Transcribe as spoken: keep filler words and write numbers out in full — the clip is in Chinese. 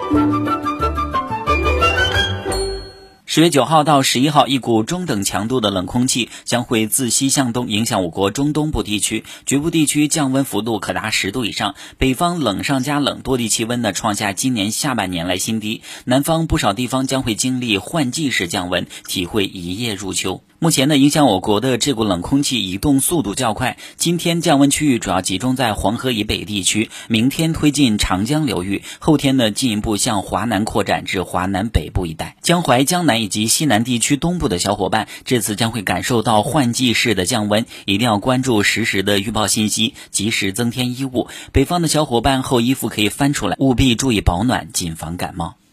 十月九号到十一号，一股中等强度的冷空气将会自西向东影响我国中东部地区，局部地区降温幅度可达十度以上，北方冷上加冷，多地气温呢创下今年下半年来新低，南方不少地方将会经历换季式降温，体会一夜入秋。目前呢，影响我国的这股冷空气移动速度较快，今天降温区域主要集中在黄河以北地区，明天推进长江流域，后天呢进一步向华南扩展至华南北部一带。江淮、江南以及西南地区东部的小伙伴，这次将会感受到换季式的降温，一定要关注实时的预报信息，及时增添衣物。北方的小伙伴厚衣服可以翻出来，务必注意保暖，谨防感冒。